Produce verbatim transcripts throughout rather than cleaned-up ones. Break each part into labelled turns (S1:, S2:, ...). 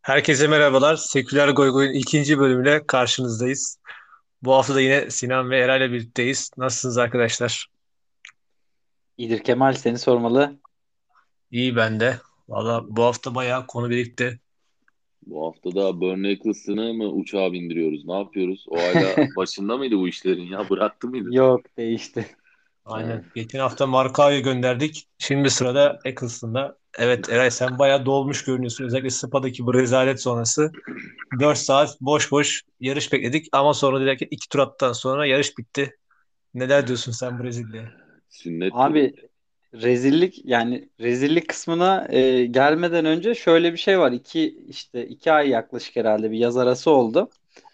S1: Herkese merhabalar. Seküler Goygoy'un ikinci bölümüyle karşınızdayız. Bu hafta da yine Sinan ve Eray'la birlikteyiz. Nasılsınız arkadaşlar?
S2: İyidir Kemal seni sormalı.
S1: İyi ben de. Valla bu hafta bayağı konu birikti.
S3: Bu hafta da Burnley Eccleston'ı mı uçağa bindiriyoruz? Ne yapıyoruz? O hala başında mıydı bu işlerin ya? Bıraktı mıydı?
S2: Yok değişti.
S3: Ha.
S1: Aynen. Geçen hafta Markao'yu gönderdik. Şimdi sırada Eccleston'da. Evet Eray, sen bayağı dolmuş görünüyorsun. Özellikle Spa'daki bu rezalet sonrası. Dört saat boş boş yarış bekledik. Ama sonra derken iki tur attıktan sonra yarış bitti. Neler diyorsun sen Brezilya'ya?
S3: Sünnet turu.
S2: Abi rezillik yani rezillik kısmına e, gelmeden önce şöyle bir şey var. İki işte iki ay yaklaşık herhalde bir yaz arası oldu.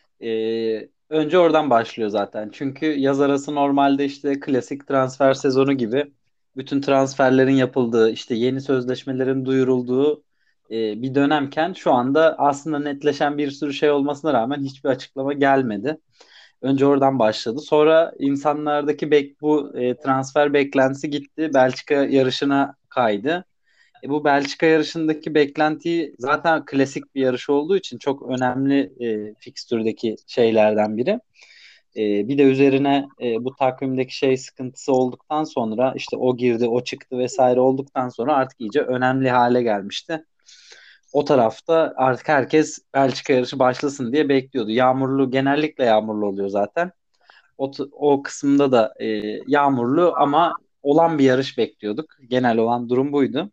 S2: E, önce oradan başlıyor zaten. Çünkü yaz arası normalde işte klasik transfer sezonu gibi bütün transferlerin yapıldığı işte yeni sözleşmelerin duyurulduğu e, bir dönemken şu anda aslında netleşen bir sürü şey olmasına rağmen hiçbir açıklama gelmedi. Önce oradan başladı. Sonra insanlardaki bek bu e, transfer beklentisi gitti. Belçika yarışına kaydı. E, bu Belçika yarışındaki beklentiyi zaten klasik bir yarış olduğu için çok önemli e, fikstürdeki şeylerden biri. E, bir de üzerine e, bu takvimdeki şey sıkıntısı olduktan sonra işte o girdi, o çıktı vesaire olduktan sonra artık iyice önemli hale gelmişti. O tarafta artık herkes Belçika yarışı başlasın diye bekliyordu. Yağmurlu genellikle yağmurlu oluyor zaten. O, t- o kısımda da e, yağmurlu ama olan bir yarış bekliyorduk. Genel olan durum buydu.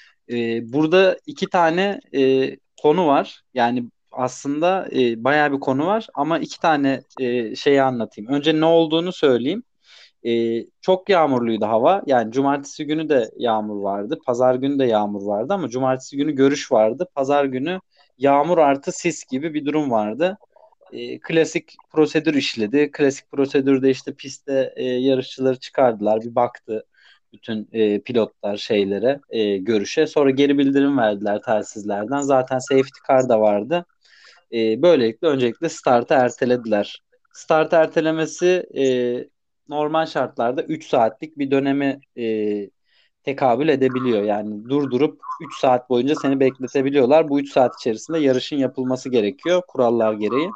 S2: E, burada iki tane e, konu var. Yani aslında e, bayağı bir konu var ama iki tane e, şeyi anlatayım. Önce ne olduğunu söyleyeyim. E, çok yağmurluydu hava. Yani cumartesi günü de yağmur vardı. Pazar günü de yağmur vardı ama cumartesi günü görüş vardı. Pazar günü yağmur artı sis gibi bir durum vardı. E, klasik prosedür işledi. Klasik prosedürde işte pistte e, yarışçıları çıkardılar. Bir baktı bütün e, pilotlar şeylere, e, görüşe. Sonra geri bildirim verdiler telsizlerden. Zaten safety car da vardı. E, böylelikle öncelikle startı ertelediler. Start ertelemesi e, normal şartlarda üç saatlik bir dönemi e, tekabül edebiliyor. Yani durdurup üç saat boyunca seni bekletebiliyorlar. Bu üç saat içerisinde yarışın yapılması gerekiyor kurallar gereği.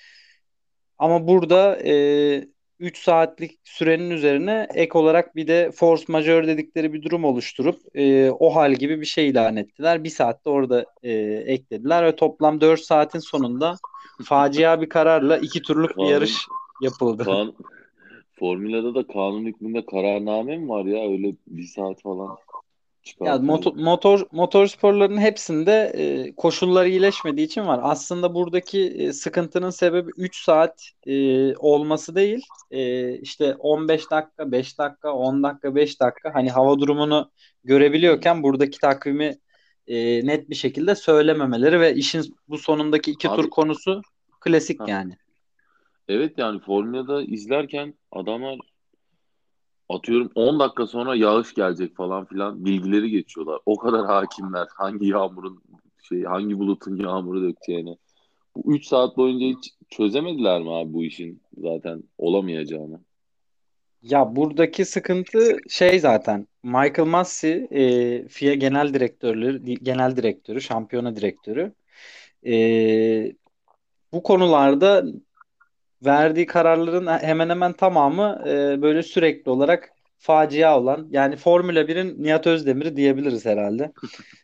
S2: Ama burada e, üç saatlik sürenin üzerine ek olarak bir de force majeure dedikleri bir durum oluşturup e, o hal gibi bir şey ilan ettiler. Bir saatte orada e, eklediler ve toplam dört saatin sonunda facia bir kararla iki turluk bir
S3: Kanun,
S2: yarış yapıldı.
S3: kan, Formula'da da kanun hükmünde kararname mi var ya? Öyle bir saat falan
S2: Ya
S3: çıkartılıyor.
S2: motor, motor motor sporlarının hepsinde e, koşullar iyileşmediği için var. Aslında buradaki e, sıkıntının sebebi üç saat e, olması değil. E, işte on beş dakika, beş dakika, on dakika, beş dakika hani hava durumunu
S3: Hmm.
S2: görebiliyorken buradaki takvimi e, net bir şekilde söylememeleri ve işin bu sonundaki iki tur
S3: Abi,
S2: konusu klasik
S3: ha,
S2: yani.
S3: evet yani Formula'da izlerken adamlar atıyorum on dakika sonra yağış gelecek falan filan bilgileri geçiyorlar. O kadar hakimler hangi yağmurun şey hangi bulutun yağmuru dökeceğine. Bu üç saat boyunca hiç çözemediler mi abi bu işin zaten olamayacağını?
S2: Ya buradaki sıkıntı şey zaten Michael Massey e, F I A genel direktörü genel direktörü şampiyona direktörü e, bu konularda verdiği kararların hemen hemen tamamı e, böyle sürekli olarak facia olan yani Formula birin Nihat Özdemir'i diyebiliriz herhalde.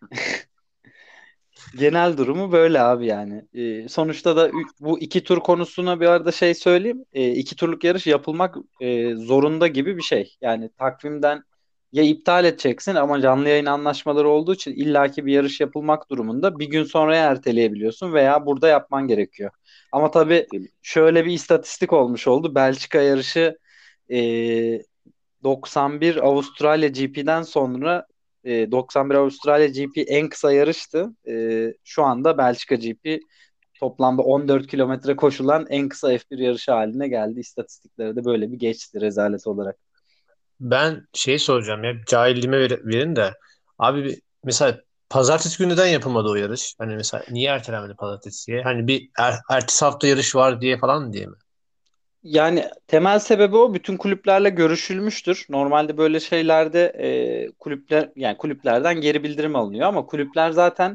S2: Genel durumu böyle abi yani. Ee, sonuçta da ü- bu iki tur konusuna bir arada şey söyleyeyim. Ee, iki turluk yarış yapılmak e, zorunda gibi bir şey. Yani takvimden ya iptal edeceksin ama canlı yayın anlaşmaları olduğu için illaki bir yarış yapılmak durumunda bir gün sonraya erteleyebiliyorsun veya burada yapman gerekiyor. Ama tabii
S3: Tabii.
S2: şöyle bir istatistik olmuş oldu. Belçika yarışı e, doksan bir Avustralya G P'den sonra e, doksan bir Avustralya G P en kısa yarıştı. E, şu anda Belçika G P toplamda on dört kilometre koşulan en kısa F bir yarışı haline geldi. İstatistiklere de böyle bir geçti rezalet olarak.
S1: Ben şey soracağım ya, cahilliğime ver- verin de abi, bir- mesela pazartesi günü neden yapılmadı o yarış? Hani mesela niye ertelenmedi pazartesiye? Hani bir er, ertesi hafta yarış var diye falan diye mi?
S2: Yani temel sebebi o. Bütün kulüplerle görüşülmüştür. Normalde böyle şeylerde e, kulüpler yani kulüplerden geri bildirim alınıyor ama kulüpler zaten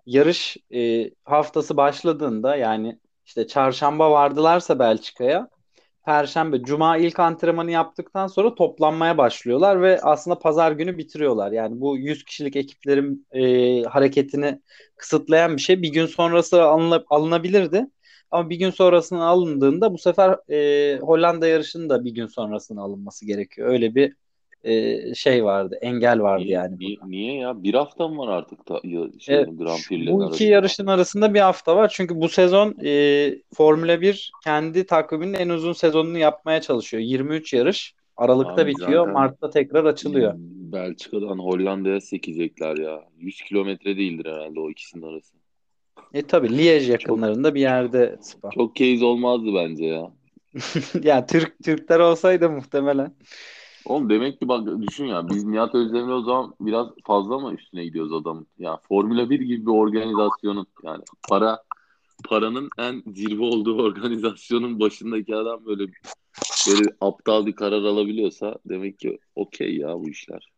S2: yarış e, haftası başladığında, yani işte çarşamba vardılarsa Belçika'ya, Perşembe, Cuma ilk antrenmanı yaptıktan sonra toplanmaya başlıyorlar ve aslında Pazar günü bitiriyorlar. Yani bu yüz kişilik ekiplerin e, hareketini kısıtlayan bir şey. Bir gün sonrası alına- alınabilirdi. Ama bir gün sonrasına alındığında bu sefer e, Hollanda yarışının da bir gün sonrasına alınması gerekiyor. Öyle bir e, şey vardı, engel vardı
S3: Niye,
S2: yani
S3: niye,
S2: burada.
S3: niye ya? Bir hafta mı var artık da, ya,
S2: E,
S3: şeyin Grand
S2: şu-
S3: Prix'lerin
S2: bu iki
S3: arasında?
S2: yarışın arasında bir hafta var. Çünkü bu sezon e, Formula bir kendi takviminin en uzun sezonunu yapmaya çalışıyor. yirmi üç yarış. Aralıkta
S3: Abi
S2: bitiyor.
S3: zaten
S2: Mart'ta tekrar açılıyor.
S3: Belçika'dan Hollanda'ya sekecekler ya. yüz kilometre değildir herhalde o ikisinin arası.
S2: E tabii Liège
S3: Çok
S2: yakınlarında bir yerde Spa.
S3: çok case olmazdı bence ya.
S2: Yani Türk Türkler olsaydı muhtemelen.
S3: Oğlum demek ki bak düşün ya, biz Nihat Özdemir'e o zaman biraz fazla mı üstüne gidiyoruz adamın? Ya Formula bir gibi bir organizasyonun, yani para paranın en zirve olduğu organizasyonun başındaki adam böyle böyle aptal bir karar alabiliyorsa demek ki okey ya bu işler.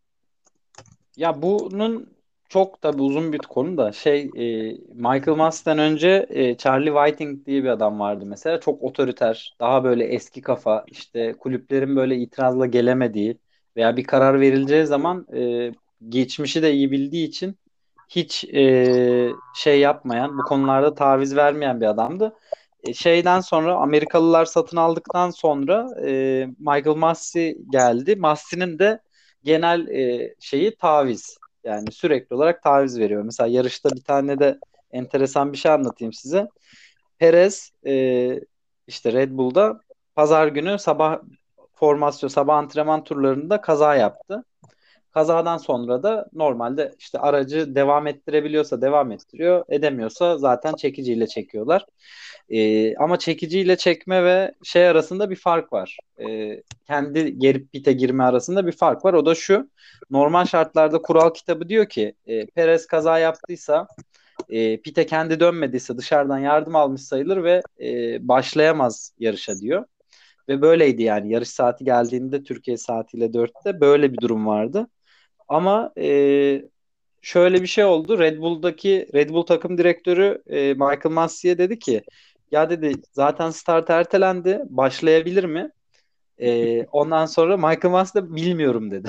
S2: Ya bunun çok tabii uzun bir konu da şey, e, Michael Massey'den önce e, Charlie Whiting diye bir adam vardı mesela. Çok otoriter, daha böyle eski kafa, işte kulüplerin böyle itirazla gelemediği veya bir karar verileceği zaman e, geçmişi de iyi bildiği için hiç e, şey yapmayan, bu konularda taviz vermeyen bir adamdı. E, şeyden sonra Amerikalılar satın aldıktan sonra e, Michael Massey geldi. Massey'nin de genel e, şeyi taviz. Yani sürekli olarak taviz veriyor. Mesela yarışta bir tane de enteresan bir şey anlatayım size. Perez e, işte Red Bull'da pazar günü sabah formasyon, sabah antrenman turlarında kaza yaptı. Kazadan sonra da normalde işte aracı devam ettirebiliyorsa devam ettiriyor, edemiyorsa zaten çekiciyle çekiyorlar. Ee, ama çekiciyle çekme ve şey arasında bir fark var. Ee, kendi geri pite girme arasında bir fark var. O da şu: normal şartlarda kural kitabı diyor ki e, Perez kaza yaptıysa, e, pite kendi dönmediyse dışarıdan yardım almış sayılır ve e, başlayamaz yarışa diyor. Ve böyleydi yani. Yarış saati geldiğinde Türkiye saatiyle dörtte böyle bir durum vardı. Ama e, şöyle bir şey oldu. Red Bull'daki Red Bull takım direktörü e, Michael Massey'e dedi ki, ya dedi zaten start ertelendi. Başlayabilir mi? E, ondan sonra Michael Massey de bilmiyorum dedi.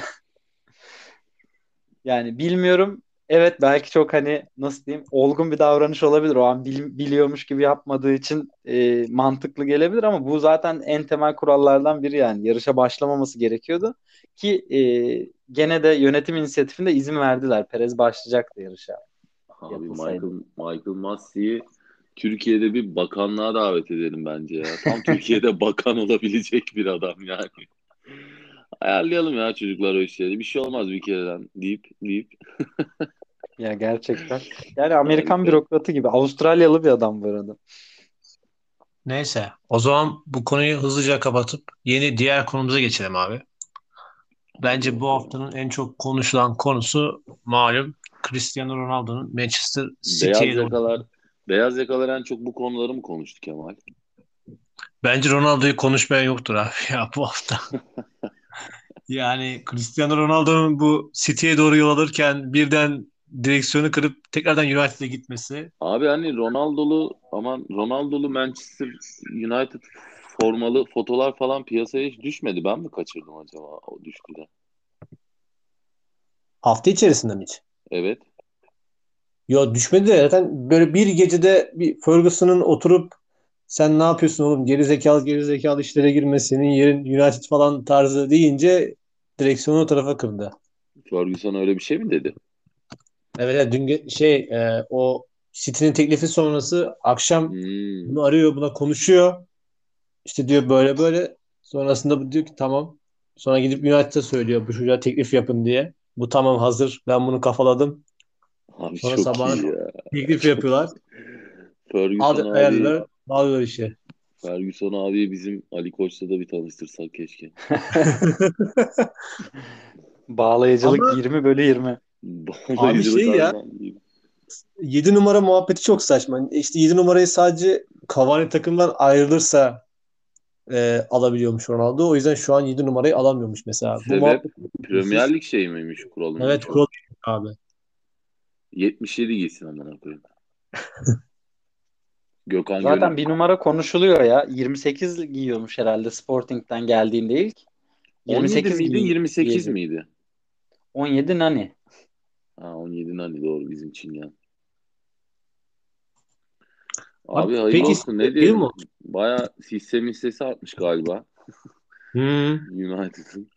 S2: Yani bilmiyorum. Evet, belki çok hani nasıl diyeyim, olgun bir davranış olabilir. O an bil- biliyormuş gibi yapmadığı için e, mantıklı gelebilir ama bu zaten en temel kurallardan biri yani. Yarışa başlamaması gerekiyordu ki e, gene de yönetim inisiyatifinde izin verdiler. Perez başlayacaktı yarışa
S3: Abi
S2: yapılsaydı.
S3: Michael Michael Massey'i Türkiye'de bir bakanlığa davet edelim bence ya. Tam Türkiye'de bakan olabilecek bir adam yani. Ayarlayalım ya çocuklar o işleri. Bir şey olmaz bir kereden deyip deyip
S2: Ya gerçekten. Yani Amerikan
S3: harika.
S2: bürokratı gibi. Avustralyalı bir adam bu arada.
S1: Neyse. O zaman bu konuyu hızlıca kapatıp yeni diğer konumuza geçelim abi.
S3: Hadi
S1: Bence bu
S3: bakalım.
S1: haftanın en çok konuşulan konusu malum Cristiano Ronaldo'nun Manchester
S3: Beyaz
S1: City'ye doğru.
S3: yakalar Beyaz yakalar en çok bu konuları mı konuştu Kemal?
S1: Bence Ronaldo'yu konuşmayan yoktur abi ya bu hafta. Yani Cristiano Ronaldo'nun bu City'ye doğru yol alırken birden direksiyonu kırıp tekrardan United'e gitmesi.
S3: Abi hani Ronaldo'lu aman Ronaldo'lu Manchester United formalı fotolar falan piyasaya hiç düşmedi. Ben mi kaçırdım acaba o düştü de?
S1: Hafta içerisinde mi hiç?
S3: Evet.
S1: Yo, düşmedi de zaten böyle bir gecede bir Ferguson'ın oturup sen ne yapıyorsun oğlum geri zekalı geri zekalı işlere girme senin yerin United falan tarzı deyince direksiyonu o tarafa kırdı.
S3: Ferguson öyle bir şey mi dedi?
S1: Evet, evet, dün ge- şey e, o City'nin teklifi sonrası akşam
S3: Hmm.
S1: bunu arıyor buna konuşuyor. İşte diyor böyle böyle. Sonrasında bu diyor ki tamam. Sonra gidip United'a söylüyor bu çocuğa teklif yapın diye. Bu tamam hazır ben bunu kafaladım.
S3: Abi
S1: Sonra
S3: çok
S1: sabahına
S3: iyi ya.
S1: teklif
S3: Çok
S1: yapıyorlar.
S3: iyi. Ferguson
S1: Aldı
S3: abi
S1: ayarlar. Bağlıyorlar işe.
S3: Ferguson abi bizim Ali Koç'la da bir tanıştırsak keşke.
S2: Bağlayıcılık
S1: Ama
S2: yirmi bölü yirmi.
S1: abi
S3: Bağlayıcılık
S1: şey ya
S3: harbiden değil.
S1: yedi numara muhabbeti çok saçma. İşte yedi numarayı sadece Cavani takımdan ayrılırsa e, alabiliyormuş Ronaldo. O yüzden şu an yedi numarayı alamıyormuş mesela. Bu
S3: Sebep
S1: muhabbet çok
S3: Premier
S1: ilginçsiz.
S3: Lig şey miymiş, kuralı
S1: Evet
S3: mıymış o?
S1: kural abi.
S3: yetmiş yedi giysin amına koyayım. Gökhan Gönül.
S2: Zaten bir numara konuşuluyor ya. yirmi sekiz giyiyormuş herhalde Sporting'den geldiğinde ilk.
S3: on yedi
S2: yirmi sekiz
S3: miydi
S2: giy
S3: yirmi sekiz
S2: giyecek.
S3: miydi?
S2: on yedi Nani.
S3: Ha on yedi Nani doğru bizim Çingen.
S1: Abi
S3: Abi hayırlı
S1: peki
S3: olsun ne
S1: değil mi?
S3: diyelim. Baya hisse hissesi artmış galiba
S1: Hmm,
S3: United'ın.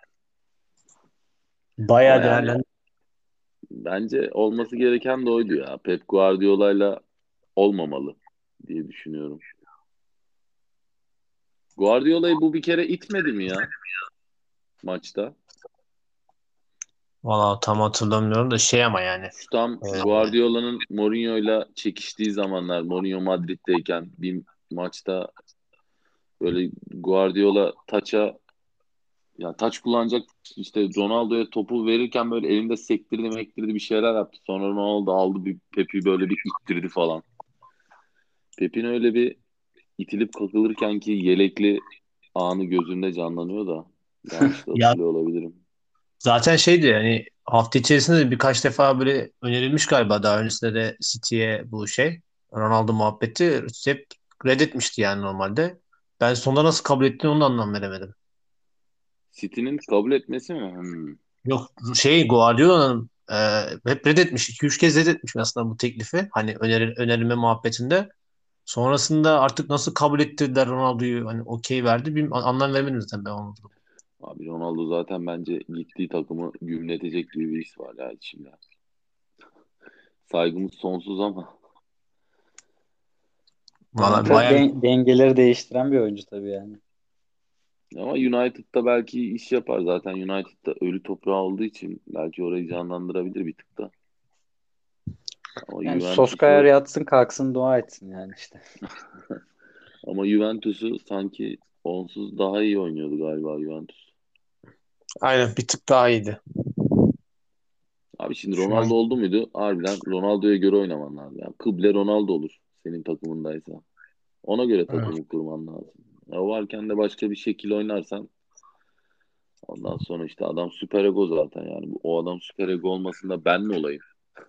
S3: Ama
S1: bayağı
S3: yani
S1: değerlendi.
S3: bence olması gereken de oydu ya. Pep Guardiola'yla olmamalı diye düşünüyorum. Guardiola'yı bu bir kere itmedi mi ya maçta?
S1: Valla tam hatırlamıyorum da şey ama yani.
S3: Şu tam
S1: e,
S3: Guardiola'nın Mourinho'yla çekiştiği zamanlar Mourinho Madrid'deyken bir maçta böyle Guardiola taça ya taç kullanacak işte Ronaldo'ya topu verirken böyle elinde sektirdi mektirdi bir şeyler yaptı. Sonra Ronaldo aldı bir Pep'i böyle bir ittirdi falan. Pep'in öyle bir itilip kakılırken ki yelekli anı gözünde canlanıyor da yanlış da
S1: ya
S3: hatırlıyor olabilirim.
S1: zaten şeydi yani hafta içerisinde de birkaç defa böyle önerilmiş galiba daha öncesinde de City'ye bu şey Ronaldo muhabbeti hep reddetmişti yani normalde. Ben sonunda nasıl kabul ettiğini onu da anlam veremedim.
S3: City'nin kabul etmesi mi? Hmm.
S1: Yok şey Guardiola'nın e, hep reddetmiş. iki üç kez reddetmiş aslında bu teklifi. Hani öneri, önerilme muhabbetinde. Sonrasında artık nasıl kabul ettirdiler Ronaldo'yu hani okey verdi. Bir anlam veremedim zaten ben onu.
S3: Abi Ronaldo zaten bence gittiği takımı gümletecek gibi bir his var ya içimde. Saygımız sonsuz ama
S2: Yani
S1: Valla
S3: yani
S2: çok
S1: bayağı
S2: den- dengeleri değiştiren bir oyuncu tabii yani.
S3: ama United'da belki iş yapar zaten United'da ölü toprağı olduğu için belki orayı canlandırabilir bir tık da. Ama
S2: Yani
S3: Juventus'u
S2: Soskaya yatsın kalksın dua etsin yani işte.
S3: ama Juventus'u sanki onsuz daha iyi oynuyordu galiba Juventus.
S1: aynen bir tık daha iyiydi.
S3: Abi şimdi
S1: Şu
S3: Ronaldo
S1: an
S3: oldu muydu? Harbiden Ronaldo'ya göre oynaman lazım. Yani kıble Ronaldo olur senin takımındaysa. Ona göre
S1: evet.
S3: takımı kurman lazım. Ya o varken de başka bir şekil oynarsan ondan sonra işte adam süper ego zaten yani. O adam süper ego olmasında ben mi olayım?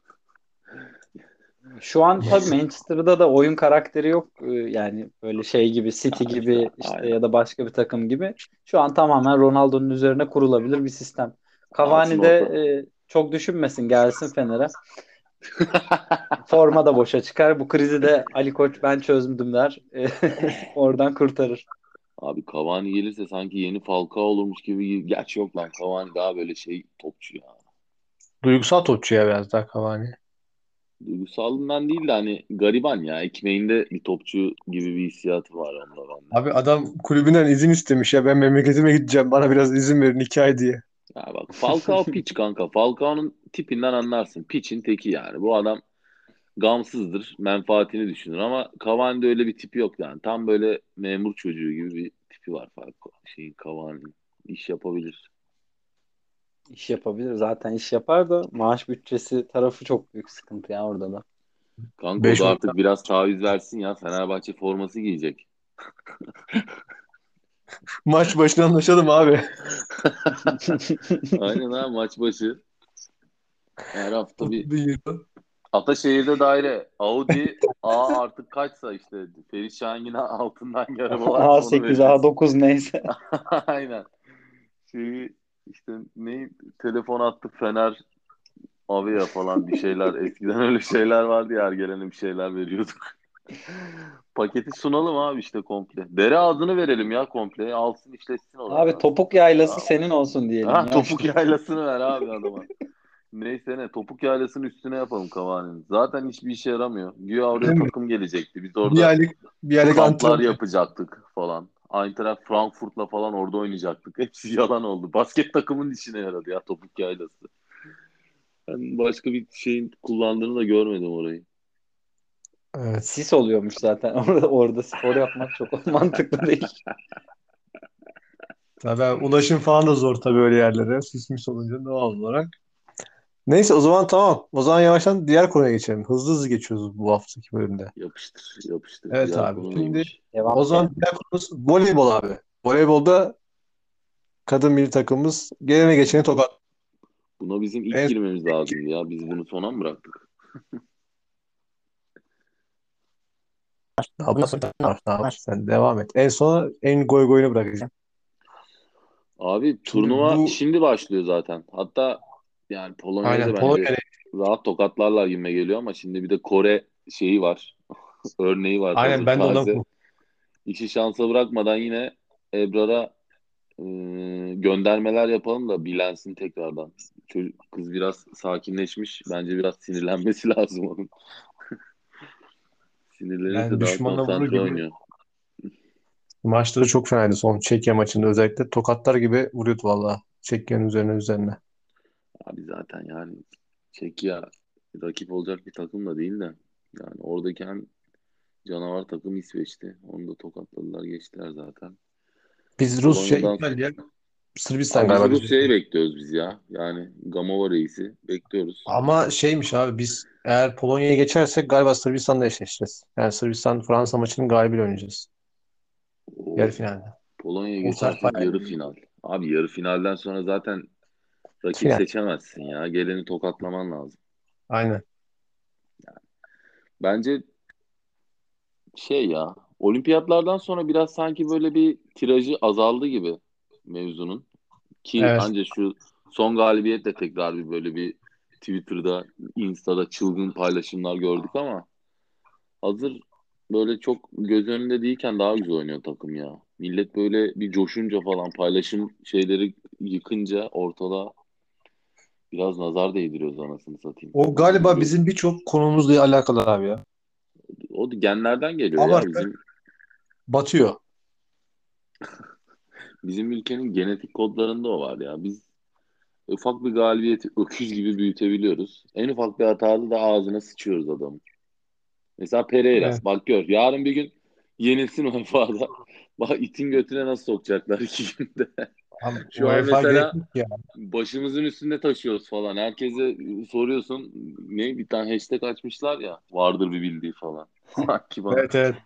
S2: Şu an tabii Manchester'da da oyun karakteri yok. Ee, Yani böyle şey gibi
S3: Ha
S2: City
S3: işte
S2: gibi işte
S3: aynen.
S2: ya da başka bir takım gibi. Şu an tamamen Ronaldo'nun üzerine kurulabilir bir sistem.
S3: Alsın
S2: Cavani de
S3: orta.
S2: e, çok düşünmesin gelsin Fener'e. Forma da boşa çıkar. Bu krizi de Ali Koç ben çözdüm der. E, Oradan kurtarır.
S3: Abi Cavani gelirse sanki yeni Falcao olurmuş gibi. Gerçi yok lan Cavani daha böyle şey topçu ya.
S1: Duygusal topçu ya biraz daha Cavani.
S3: Duygusalından değil de hani gariban ya. Ekmeğinde bir topçu gibi bir hissiyatı var onda bende.
S1: Abi adam kulübünden izin istemiş ya ben memleketime gideceğim bana biraz izin verin iki ay diye.
S3: Ya bak Falcao piç kanka. Falcao'nun tipinden anlarsın. Piçin teki yani. Bu adam gamsızdır. Menfaatini düşünür ama Cavani'de öyle bir tipi yok yani. Tam böyle memur çocuğu gibi bir tipi var Falcao. Şeyin Cavani'nin. İş yapabilir.
S2: İş yapabilir. Zaten iş yapar da maaş bütçesi tarafı çok büyük sıkıntı ya orada da.
S3: Kanka o
S1: Beş
S3: da
S1: buçuk.
S3: artık biraz taviz versin ya. Fenerbahçe forması giyecek.
S1: Maç başına anlaşalım abi.
S3: Aynen ha maç başı. Her hafta bir
S1: otuz bin euro.
S3: Ataşehir'de daire. Audi A artık kaçsa işte Ferit Şahin'in altından bir araba varsa onu
S2: A sekiz,
S3: veririz.
S2: A dokuz neyse.
S3: Aynen. Şeyi işte ne telefon attık Fener Avia falan bir şeyler. Eskiden öyle şeyler vardı ya Ergelen'e bir şeyler veriyorduk. Paketi sunalım abi işte komple. Dere ağzını verelim ya komple. Alsın işletsin orayı
S2: Abi
S3: abi.
S2: topuk yaylası
S3: Ha,
S2: senin olsun diyelim
S3: ha,
S2: ya.
S3: topuk yaylasını ver abi adama. Neyse ne topuk yaylasının üstüne yapalım Cavani'nin. Zaten hiçbir işe yaramıyor. Güya oraya
S1: Değil mi?
S3: takım gelecekti. Biz
S1: Bir
S3: orada
S1: aylık bir aylık
S3: kamplar
S1: antrenman.
S3: yapacaktık falan. Eintracht Frankfurt'la falan orada oynayacaktık. Hepsi yalan oldu. Basket takımının işine yaradı ya topuk yaylası. Ben başka bir şeyin kullandığını da görmedim orayı.
S1: Evet.
S2: Sis oluyormuş zaten. Orada, orada spor yapmak çok mantıklı değil.
S1: Tabii ulaşım falan da zor tabii öyle yerlere. Sismis olunca doğal olarak. Neyse o zaman tamam. O zaman yavaştan diğer konuya geçelim. Hızlı hızlı geçiyoruz bu haftaki bölümde.
S3: Yapıştır, yapıştır.
S1: Evet
S3: Diğer
S1: abi.
S3: konu
S1: Şimdi
S3: neymiş?
S2: Devam
S1: o
S2: ki.
S1: zaman diğer konumuz voleybol abi. Voleybolda kadın milli takımımız gelene geçeni tokat.
S3: Buna bizim ilk
S1: En
S3: girmemiz lazımdı ya. Biz bunu sona mı bıraktık?
S1: Daha bundan sonra ne var? Daha var. Sen devam et. En sona en goy goyunu bırakacağım.
S3: Abi
S1: Şimdi
S3: turnuva
S1: bu
S3: şimdi başlıyor zaten. Hatta yani
S1: aynen
S3: Polonya'da bence
S1: Polonya'da
S3: rahat tokatlarlar gibime geliyor ama şimdi bir de Kore şeyi var. Örneği var
S1: aynen
S3: hazır
S1: ben de ondan
S3: taze. İşi şansa bırakmadan yine Ebrar'a e, göndermeler yapalım da bilensin tekrardan. Çocuk, kız biraz sakinleşmiş. Bence biraz sinirlenmesi lazım onun. Sinirlenirse
S1: yani
S3: daha
S1: düşmana vurur
S3: konsantre
S1: gibi
S3: oynuyor.
S1: maçları çok fenaydı son Çekya maçında özellikle tokatlar gibi vuruyordu valla Çekya'nın üzerine üzerine.
S3: Abi zaten yani Çekya rakip olacak bir takım da değil de yani oradaki en canavar takım İsveç'ti. Onu da tokatladılar geçtiler zaten.
S1: Biz Rusya,
S3: Polonya'dan
S1: İtalya, Sırbistan
S3: abi biz
S1: galiba biz.
S3: Rusya'yı bekliyoruz biz ya. Yani Gamova reisi bekliyoruz.
S1: Ama şeymiş abi biz eğer Polonya'ya geçersek galiba Sırbistan'da eşleşeceğiz. Yani Sırbistan Fransa maçının galibiyle oynayacağız. Yarı
S3: O
S1: finalde.
S3: Polonya'ya
S1: O tarz
S3: geçersek
S1: bayağı
S3: yarı final. Abi yarı finalden sonra zaten rakip
S1: final.
S3: seçemezsin ya. Geleni tokatlaman lazım.
S1: Aynen.
S3: Bence şey ya olimpiyatlardan sonra biraz sanki böyle bir tirajı azaldı gibi mevzunun. Ki
S1: Evet.
S3: anca şu son galibiyetle tekrar bir böyle bir Twitter'da, Insta'da çılgın paylaşımlar gördük ama hazır böyle çok göz önünde değilken daha güzel oynuyor takım ya. Millet böyle bir coşunca falan paylaşım şeyleri yıkınca ortada biraz nazar değdiriyoruz anasını satayım.
S1: O
S3: Yani
S1: galiba
S3: gö-
S1: bizim birçok konumuzla alakalı abi ya.
S3: o genlerden geliyor ya
S1: Abartı
S3: bizim
S1: batıyor.
S3: bizim ülkenin genetik kodlarında o var ya. Biz ufak bir galibiyeti öküz gibi büyütebiliyoruz. En ufak bir hatada da ağzına sıçıyoruz adamı. Mesela Pereira.
S1: Evet.
S3: Bak gör. Yarın bir gün yenilsin U E F A'da. Bak itin götüne nasıl sokacaklar iki günde.
S1: Abi,
S3: Şu an
S1: UEFA gerek
S3: mesela
S1: yok ya.
S3: başımızın üstünde taşıyoruz falan. Herkese soruyorsun. Ne bir tane hashtag açmışlar ya. Vardır bir bildiği falan. Sanki bana.
S1: Evet evet.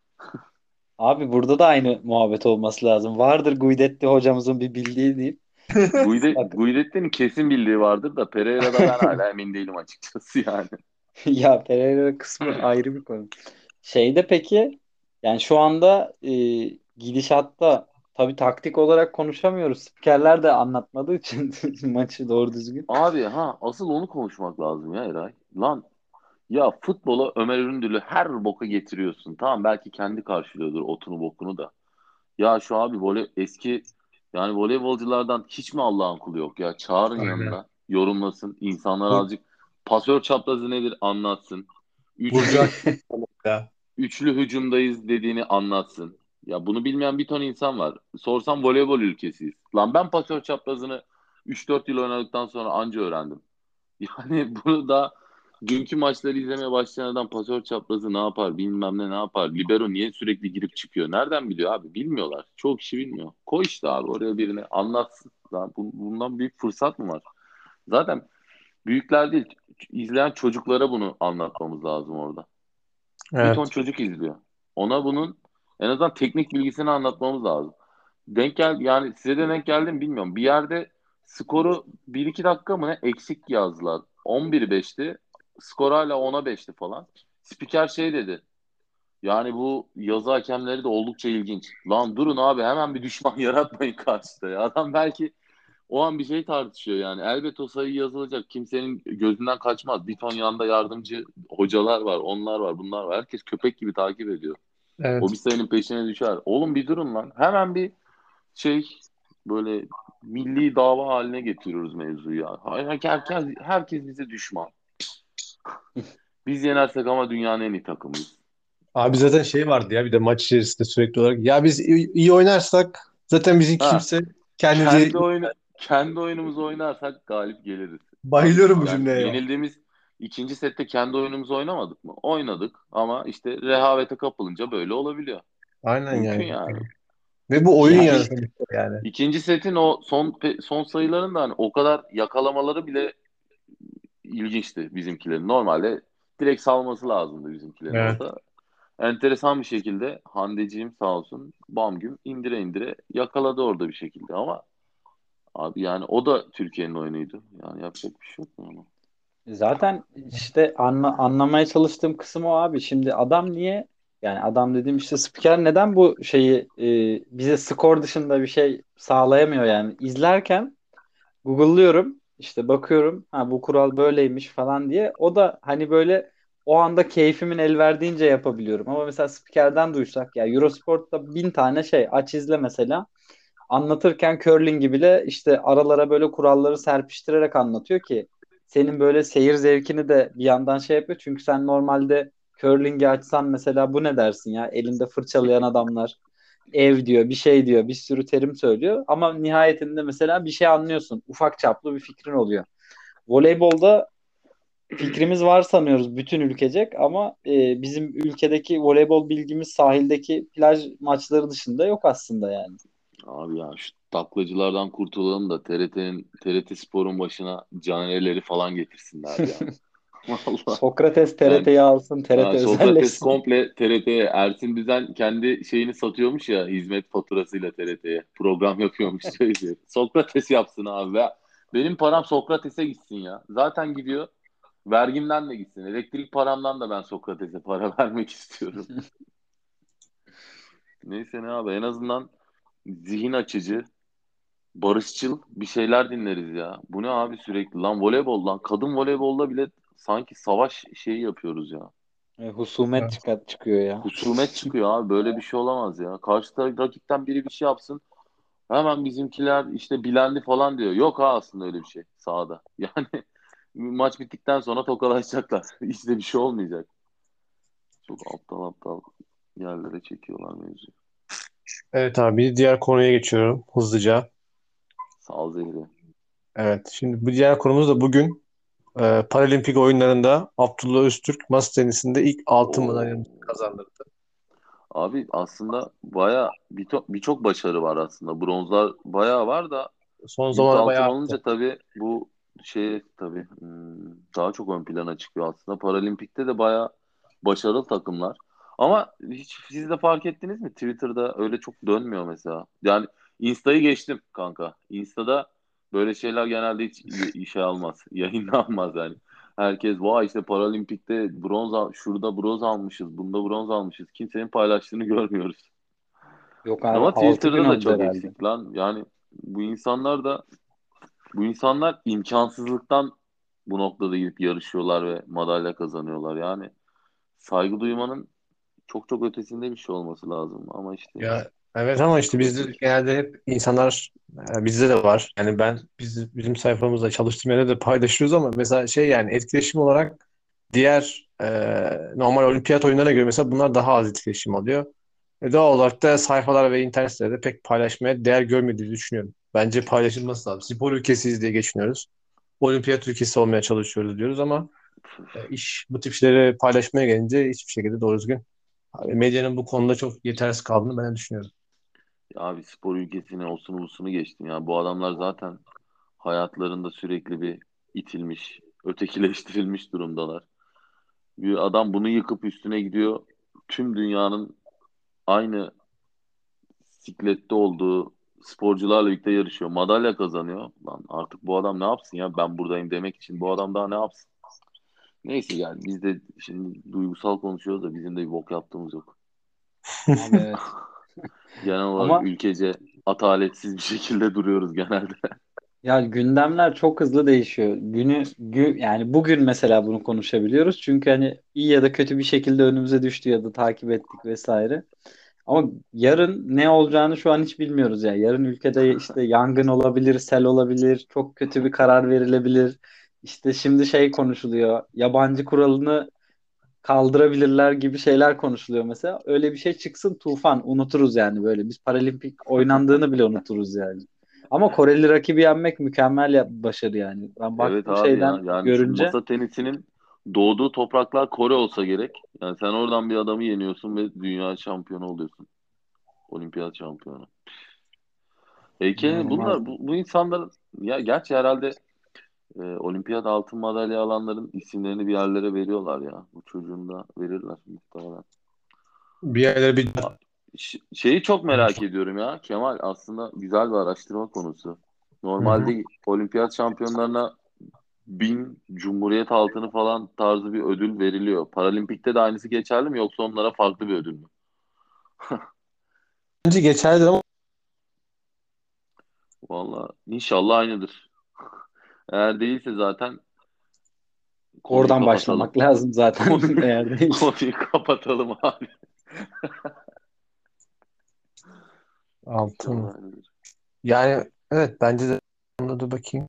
S2: Abi burada da aynı muhabbet olması lazım. Vardır Guidetti hocamızın bir bildiği deyip.
S3: Guide,
S2: Bak,
S3: Guidetti'nin kesin bildiği vardır da Pereira'da ben hala emin değilim açıkçası yani.
S2: ya Pereira kısmı ayrı bir konu. Şeyde peki yani şu anda e, gidişatta tabii taktik olarak konuşamıyoruz. Spikerler de anlatmadığı için maçı doğru düzgün.
S3: Abi ha asıl onu konuşmak lazım ya Eray. Lan ya futbola Ömer Üründül'ü her boka getiriyorsun. Tamam belki kendi karşılıyordur otunu bokunu da. Ya şu abi voley eski yani voleybolculardan hiç mi Allah'ın kulu yok ya? Çağırın
S1: Aynen.
S3: yanına yorumlasın. İnsanlar
S1: Bur
S3: azıcık pasör çaprazı nedir anlatsın.
S1: Burcu
S3: Üçlü
S1: Akgün ya.
S3: üçlü hücumdayız dediğini anlatsın. Ya bunu bilmeyen bir ton insan var. Sorsam voleybol ülkesiyiz. Lan ben pasör çaprazını üç dört yıl oynadıktan sonra anca öğrendim. Yani bunu da dünkü maçları izlemeye başlayan adam pasör çaprazı ne yapar bilmem ne ne yapar. Libero niye sürekli girip çıkıyor? Nereden biliyor abi? Bilmiyorlar. Çoğu kişi bilmiyor. Koy işte abi oraya birini anlatsın. Lan bu- bundan büyük fırsat mı var? Zaten büyükler değil izleyen çocuklara bunu anlatmamız lazım orada. Bir ton
S1: Evet.
S3: çocuk izliyor. Ona bunun en azından teknik bilgisini anlatmamız lazım. Denk gel yani size de denk geldi mi bilmiyorum. Bir yerde skoru bir iki dakika mı ne eksik yazdılar. on bir beşti. Skor hala ona beşti falan. Spiker şey dedi. Yani bu yazı hakemleri de oldukça ilginç. Lan durun abi hemen bir düşman yaratmayın karşıda ya. Adam belki o an bir şey tartışıyor yani. Elbet o sayı yazılacak. Kimsenin gözünden kaçmaz. Bir ton yanında yardımcı hocalar var, onlar var, bunlar var. Herkes köpek gibi takip ediyor. O
S1: Evet.
S3: bir sayının peşine düşer. Oğlum bir durun lan. Hemen bir şey böyle milli dava haline getiriyoruz mevzuyu ya. Herkes, herkes bize düşman. Biz yenersek ama dünyanın en iyi takımıyız.
S1: Abi zaten şey vardı ya bir de maç içerisinde sürekli olarak. Ya biz iyi, iyi oynarsak zaten bizi
S3: Ha,
S1: kimse kendimize
S3: kendi oyunu kendi oyunumuzu oynarsak galip geliriz. Abi
S1: bayılıyorum bu
S3: yani
S1: cümleye ya.
S3: yenildiğimiz ikinci sette kendi oyunumuzu oynamadık mı? Oynadık ama işte rehavete kapılınca böyle olabiliyor.
S1: Aynen
S3: Mümkün
S1: yani.
S3: yani.
S1: Ve bu oyun
S3: İkinci
S1: yani sonuçta yani.
S3: ikinci setin o son son sayılarında hani o kadar yakalamaları bile ilginçti bizimkilerin. Normalde direkt salması lazımdı bizimkilerin
S1: Evet.
S3: orada. Enteresan bir şekilde Handeciğim sağ olsun bam güm indire indire yakaladı orada bir şekilde ama abi yani o da Türkiye'nin oyunuydu. Yani yapacak bir şey yok mu ama.
S2: Zaten işte anla, anlamaya çalıştığım kısım o abi. Şimdi adam niye, yani adam dediğim işte spiker neden bu şeyi e, bize skor dışında bir şey sağlayamıyor yani. İzlerken Google'lıyorum işte, bakıyorum ha bu kural böyleymiş falan diye. O da hani böyle o anda keyfimin el verdiğince yapabiliyorum. Ama mesela spikerden duysak ya, Eurosport'ta bin tane şey aç izle mesela. Anlatırken curling bile işte aralara böyle kuralları serpiştirerek anlatıyor ki senin böyle seyir zevkini de bir yandan şey yapıyor. Çünkü sen normalde curling'i açsan mesela bu ne dersin ya? Elinde fırçalayan adamlar, ev diyor, bir şey diyor, bir sürü terim söylüyor. Ama nihayetinde mesela bir şey anlıyorsun. Ufak çaplı bir fikrin oluyor. Voleybolda fikrimiz var sanıyoruz bütün ülkecek, ama e, bizim ülkedeki voleybol bilgimiz sahildeki plaj maçları dışında yok aslında yani.
S3: Abi ya şu taklacılardan kurtulalım da T R T'nin T R T Spor'un başına canereleri falan getirsinler ya. Valla.
S2: Sokrates
S3: Yani
S2: T R T'yi alsın, T R T
S3: ha, Sokrates
S2: özelleşsin.
S3: komple T R T'ye, Ersin Düzen kendi şeyini satıyormuş ya, hizmet faturasıyla T R T'ye. Program yapıyormuş söylüyor. Sokrates yapsın abi ya. Benim param Sokrates'e gitsin ya. Zaten gidiyor. Vergimden de gitsin. Elektrik paramdan da ben Sokrates'e para vermek istiyorum. Neyse ne abi, en azından zihin açıcı, barışçıl bir şeyler dinleriz ya. Bu ne abi sürekli? Lan voleybol lan. Kadın voleybolda bile sanki savaş şeyi yapıyoruz ya.
S2: E, husumet
S1: Evet.
S2: çıkar, çıkıyor ya.
S3: Husumet çıkıyor abi. Böyle bir şey olamaz ya. Karşıda rakipten biri bir şey yapsın. Hemen bizimkiler işte bilendi falan diyor. Yok ha, aslında öyle bir şey sahada. Yani maç bittikten sonra tokalaşacaklar. İşte bir şey olmayacak. Çok aptal aptal yerlere çekiyorlar mevzuyu.
S1: Evet abi, diğer konuya geçiyorum hızlıca.
S3: Sal zehri.
S1: Evet, şimdi bu diğer konumuz da bugün e, Paralimpik oyunlarında Abdullah Öztürk masa tenisinde ilk altın
S3: Oo.
S1: madalyamızı kazandırdı.
S3: Abi aslında baya birçok birçok başarı var aslında. Bronzlar bayağı var da
S1: Son
S3: ilk
S1: zamanlarda
S3: altın
S1: bayağı arttı.
S3: olunca tabii bu şey tabii hmm, daha çok ön plana çıkıyor aslında. Paralimpik'te de bayağı başarılı takımlar. Ama hiç siz de fark ettiniz mi? Twitter'da öyle çok dönmüyor mesela. Yani Insta'yı geçtim kanka. Insta'da böyle şeyler genelde hiç y- işe almaz. Yayınlanmaz yani. Herkes vay işte Paralimpik'te bronz al, şurada bronz almışız, bunda bronz almışız. Kimsenin paylaştığını görmüyoruz.
S2: Yok abi,
S3: Ama
S2: altı gün
S3: Twitter'da da
S2: oldu
S3: çok
S2: herhalde.
S3: eksik lan. Yani bu insanlar da bu insanlar imkansızlıktan bu noktada gidip yarışıyorlar ve madalya kazanıyorlar. Yani saygı duymanın çok çok ötesinde bir şey olması lazım. Ama işte
S1: Ya evet, ama işte bizde
S3: klasik.
S1: genelde hep insanlar, e, bizde de var. Yani ben biz bizim sayfamızda çalıştığım yerde de paylaşıyoruz ama mesela şey, yani etkileşim olarak diğer e, normal olimpiyat oyunlarına göre mesela bunlar daha az etkileşim alıyor. E, doğal olarak da sayfalar ve internet siteleri de pek paylaşmaya değer görmediğini düşünüyorum. Bence paylaşılması lazım. Spor ülkesiyiz diye geçiniyoruz. Olimpiyat ülkesi olmaya çalışıyoruz diyoruz ama e, iş bu tip şeyleri paylaşmaya gelince hiçbir şekilde doğru düzgün. Abi, medyanın bu konuda çok yetersiz kaldığını ben düşünüyorum.
S3: Abi spor ülkesine osunu busunu geçtim ya. Bu adamlar zaten hayatlarında sürekli bir itilmiş, ötekileştirilmiş durumdalar. Bir adam bunu yıkıp üstüne gidiyor. Tüm dünyanın aynı siklette olduğu sporcularla birlikte yarışıyor. Madalya kazanıyor. Lan artık bu adam ne yapsın ya? Ben buradayım demek için bu adam daha ne yapsın? Neyse yani biz de şimdi duygusal konuşuyoruz da bizim de bir bok yaptığımız yok.
S2: Abi evet.
S3: Genel olarak
S2: Ama
S3: ülkece ataletsiz bir şekilde duruyoruz genelde.
S2: ya gündemler çok hızlı değişiyor. Günü gü, yani bugün mesela bunu konuşabiliyoruz. Çünkü hani iyi ya da kötü bir şekilde önümüze düştü ya da takip ettik vesaire. Ama yarın ne olacağını şu an hiç bilmiyoruz ya. Yarın ülkede işte yangın olabilir, sel olabilir, çok kötü bir karar verilebilir. İşte şimdi şey konuşuluyor. Yabancı kuralını kaldırabilirler gibi şeyler konuşuluyor mesela. Öyle bir şey çıksın, tufan unuturuz yani böyle. Biz paralimpik oynandığını bile unuturuz yani. Ama Koreli rakibi yenmek mükemmel ya, başarı yani. Ben
S3: Evet
S2: baktım
S3: abi ya,
S2: şeyden
S3: yani şu
S2: görünce
S3: masa tenisinin doğduğu topraklar Kore olsa gerek. Yani sen oradan bir adamı yeniyorsun ve dünya şampiyonu oluyorsun. Olimpiyat şampiyonu. Heykelin
S2: inanılmaz.
S3: bunlar bu, bu insanların ya gerçi herhalde e, olimpiyat altın madalya alanların isimlerini bir yerlere veriyorlar ya. Bu çocuğun da verirler muhtemelen.
S1: Bir yerlere bir
S3: A- ş- Şeyi çok merak ediyorum ya. Kemal aslında güzel bir araştırma konusu.
S1: Hı hı.
S3: Normalde olimpiyat şampiyonlarına bin Cumhuriyet altını falan tarzı bir ödül veriliyor. Paralimpikte de aynısı geçerli mi yoksa onlara farklı bir ödül mü?
S1: Bence geçerlidir ama
S3: Valla inşallah aynıdır. Eğer değilse zaten konuyu
S2: Oradan
S3: kapatalım.
S2: başlamak lazım zaten
S3: Konuyu,
S2: eğer değilse.
S3: konuyu kapatalım abi.
S1: altın.
S3: İnşallah aynıdır.
S1: Yani evet bence de ona da bakayım.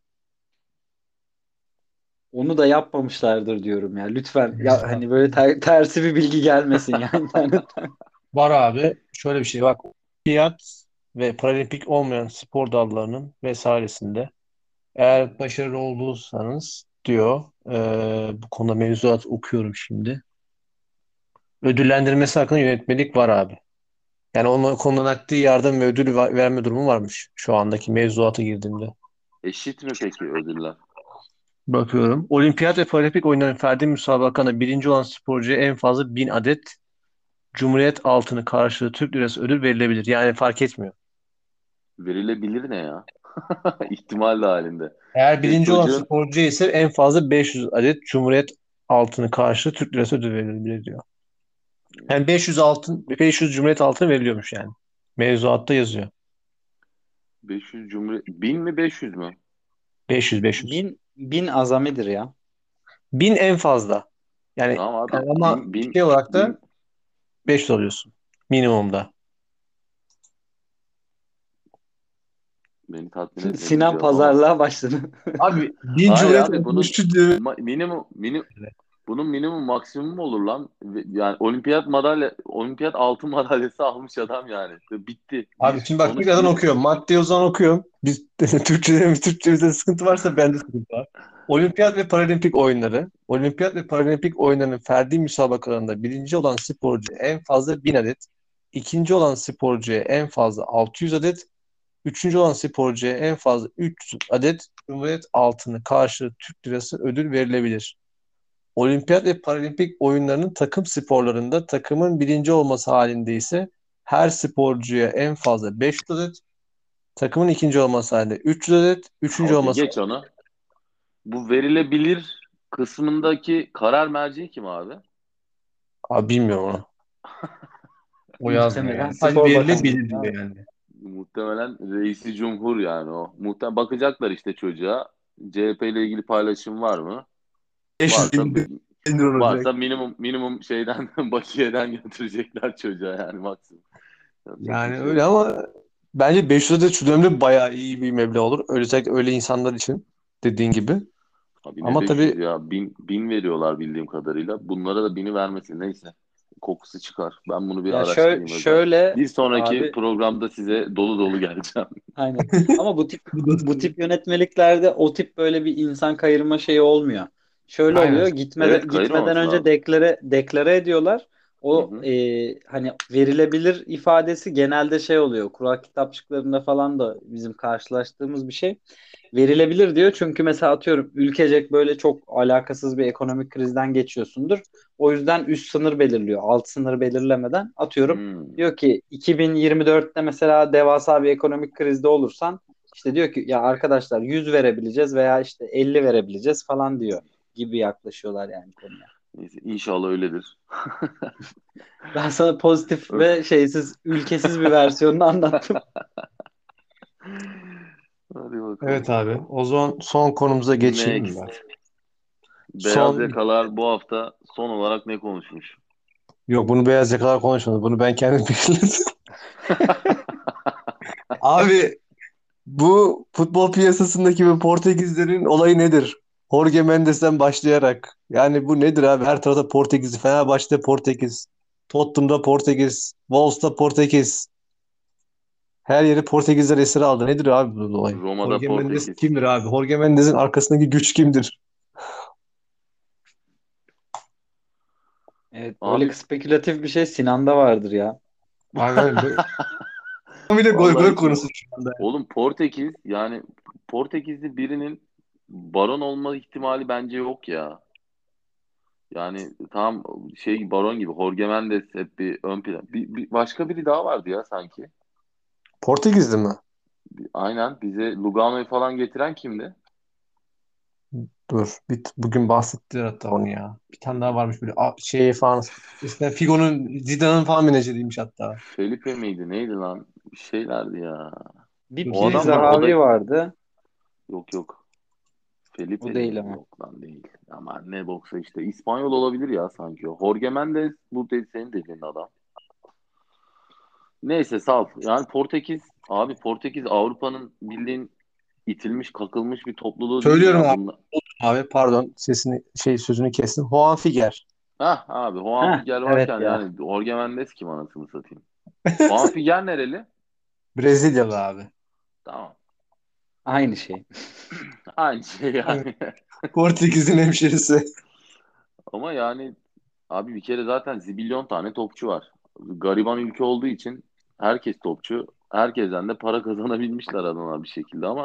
S2: Onu da yapmamışlardır diyorum ya. Lütfen ya hani böyle ter- tersi bir bilgi gelmesin ya internetten.
S1: Var abi. Şöyle bir şey bak. Olimpiyat ve paralimpik olmayan spor dallarının vesairesinde eğer başarılı olduysanız diyor eee, bu konuda mevzuat okuyorum şimdi. Ödüllendirmesi hakkında yönetmelik var abi. Yani onun konuda nakdi yardım ve ödül va- verme durumu varmış şu andaki mevzuata girdiğimde.
S3: Eşit mi peki ödüller?
S1: Bakıyorum. Olimpiyat ve paralimpik oyunların ferdi müsabakada birinci olan sporcuya en fazla bin adet Cumhuriyet altını karşılığı Türk lirası ödül verilebilir. Yani fark etmiyor.
S3: Verilebilir ne ya? İhtimal dahilinde.
S1: Eğer
S3: Şey,
S1: birinci olan
S3: çocuğun
S1: sporcuya ise en fazla beş yüz adet Cumhuriyet altını karşılığı Türk lirası ödül verilebilir diyor. Yani beş yüz altın, beş yüz Cumhuriyet altını veriliyormuş yani. Mevzuatta yazıyor.
S3: beş yüz Cumhuriyet... bin mi beş yüz mü?
S1: beş yüz beş yüz.
S2: Bin, bin azamidir ya.
S1: bin en fazla. Yani,
S3: Tamam abi.
S1: yani ama
S3: Bin, bin,
S1: şey olarak da
S3: bin
S1: beş yüz alıyorsun. Minimumda.
S3: beni tatmin etmedi bu
S2: Sinan
S3: cevap ama.
S2: pazarlığa başladı.
S1: Abi bin
S3: Hayır
S1: Cumhuriyet
S3: abi
S1: altını
S3: bunun
S1: üstü diyor.
S3: ma- minimum, minim, bunun minimum maksimum olur lan. Ve- Yani olimpiyat madalya, olimpiyat altın madalyası almış adam yani. Ve bitti.
S1: Abi
S3: Bir
S1: şimdi bak
S3: sonuç
S1: tekrardan
S3: bir.
S1: okuyorum. Madde o zaman okuyorum. Biz Türkçe'de, Türkçemizde sıkıntı varsa bende sıkıntı var. Olimpiyat ve Paralimpik oyunları. Olimpiyat ve Paralimpik oyunlarının ferdi müsabakalarında birinci olan sporcu en fazla bin adet, ikinci olan sporcuya en fazla altı yüz adet, üçüncü olan sporcuya en fazla üç yüz adet Cumhuriyet altını karşılığı Türk lirası ödül verilebilir. Olimpiyat ve Paralimpik oyunlarının takım sporlarında takımın birinci olması halinde ise her sporcuya en fazla beş yüz adet, takımın ikinci olması halinde üç yüz adet, üçüncü
S3: Okey
S1: olması
S3: geç onu. Bu verilebilir kısmındaki karar merci kim abi?
S1: abi bilmiyorum onu. O yazmıyor
S2: Muhtemelen
S1: yani. Sadece
S2: Spor
S1: verilebilir
S2: Bakanlığı
S1: diyor
S2: abi.
S1: yani.
S3: Muhtemelen reisi cumhur yani o. Muhtemelen bakacaklar işte çocuğa. C H P ile ilgili paylaşım var mı?
S1: beş yüz
S3: Varsa
S1: indir, indir onu
S3: varsa
S1: direkt.
S3: minimum minimum şeyden bakiyeden götürecekler çocuğa yani maksimum. Yapacak bir
S1: Yani
S3: şey
S1: öyle
S3: yok.
S1: ama bence beş yüz adet şu dönemde bayağı iyi bir meblağ olur. Özellikle öyle insanlar için dediğin gibi.
S3: Abi ne
S1: Ama
S3: beş yüz
S1: tabii
S3: ya? Bin, bin veriyorlar bildiğim kadarıyla. Bunlara da bini vermesin neyse. Kokusu çıkar. Ben bunu bir
S2: Ya şöyle,
S3: araştırayım özel.
S2: şöyle
S3: Bir sonraki
S2: abi
S3: programda size dolu dolu geleceğim.
S2: aynen. Ama bu tip bu tip yönetmeliklerde o tip böyle bir insan kayırma şeyi olmuyor. Şöyle
S1: aynen.
S2: oluyor.
S3: Evet
S2: Gitmeden gitmeden
S3: kayırmaması
S2: önce
S3: lazım.
S2: deklare deklare ediyorlar.
S3: Hı
S2: O
S3: hı.
S2: e, hani verilebilir ifadesi genelde şey oluyor. Kural kitapçıklarında falan da bizim karşılaştığımız bir şey. Verilebilir diyor. Çünkü mesela atıyorum ülkecek böyle çok alakasız bir ekonomik krizden geçiyorsundur. O yüzden üst sınır belirliyor. Alt sınır belirlemeden atıyorum.
S3: Hmm.
S2: Diyor ki iki bin yirmi dörtte mesela devasa bir ekonomik krizde olursan işte diyor ki ya arkadaşlar yüz verebileceğiz veya işte elli verebileceğiz falan diyor gibi yaklaşıyorlar yani konuya.
S3: Neyse, İnşallah öyledir.
S2: Ben sana pozitif ve şeysiz, ülkesiz bir versiyonunu anlattım.
S3: Hadi bakalım.
S1: Evet abi. O zaman son konumuza geçeyim mi
S3: Next.
S1: ben?
S3: Beyaz
S1: Son
S3: yakalar bu hafta son olarak ne konuşmuş?
S1: Yok bunu beyaz yakalar konuşmadı. Bunu ben kendim belirledim. Abi bu futbol piyasasındaki bu Portekizlerin olayı nedir? Jorge Mendes'ten başlayarak. Yani bu nedir abi? Her tarafta Portekiz. Fenerbahçe'de Portekiz. Tottenham'da Portekiz. Wolves'ta Portekiz. Her yeri Portekizler esir aldı. Nedir abi bu olay?
S3: Roma'da
S1: Jorge Mendes
S3: Portekiz.
S1: kimdir abi? Jorge Mendes'in arkasındaki güç kimdir?
S2: Evet, böyle
S3: Abi
S2: spekülatif bir şey Sinan'da vardır ya.
S1: Abi hani böyle bir de gol
S3: vallahi
S1: gol
S3: hiç yok.
S1: konusu şu anda.
S3: Oğlum Portekiz yani Portekizli birinin baron olma ihtimali bence yok ya. Yani tam şey baron gibi Jorge Mendes hep bir ön plan. Bir, bir- başka biri daha vardı ya sanki.
S1: Portekizli mi?
S3: Bir- aynen bize Lugano'yu falan getiren kimdi?
S1: Dur. Bir, bugün bahsettiler hatta onu ya. Bir tane daha varmış böyle a- şey falan. İşte Figo'nun Zidane'ın falan menajeriymiş hatta.
S3: Felipe miydi? Neydi lan? Bir şeylerdi ya.
S2: Bir
S1: Dur,
S3: O
S2: Piri
S3: adam var.
S1: Zidane.
S3: O da
S2: Zahavi vardı.
S3: yok yok.
S2: O
S3: Felipe de
S2: değil
S3: mi?
S2: ama.
S3: Yok lan değil. Ama ne boksa işte. İspanyol olabilir ya sanki o. Jorge Mendes bu dedi, senin dediğin adam. Neyse sağ ol. Yani Portekiz abi Portekiz Avrupa'nın bildiğin itilmiş kakılmış bir topluluğu değil mi
S1: Söylüyorum
S3: ya
S1: abi.
S3: bunlar?
S1: Abi pardon sesini şey sözünü kestim. Juan Figer.
S3: Hah abi Juan
S2: Heh,
S3: Figer
S2: evet
S3: varken
S2: ya.
S3: yani Jorge Mendes kim anasını satayım. Juan Figer nereli?
S1: Brezilyalı abi.
S3: Tamam.
S2: Aynı şey.
S3: Aynı şey
S1: Aynen.
S3: yani.
S1: Portekiz'in hemşerisi.
S3: Ama yani abi bir kere zaten zibilyon tane topçu var. Gariban ülke olduğu için herkes topçu. Herkesten de para kazanabilmişler adamlar bir şekilde ama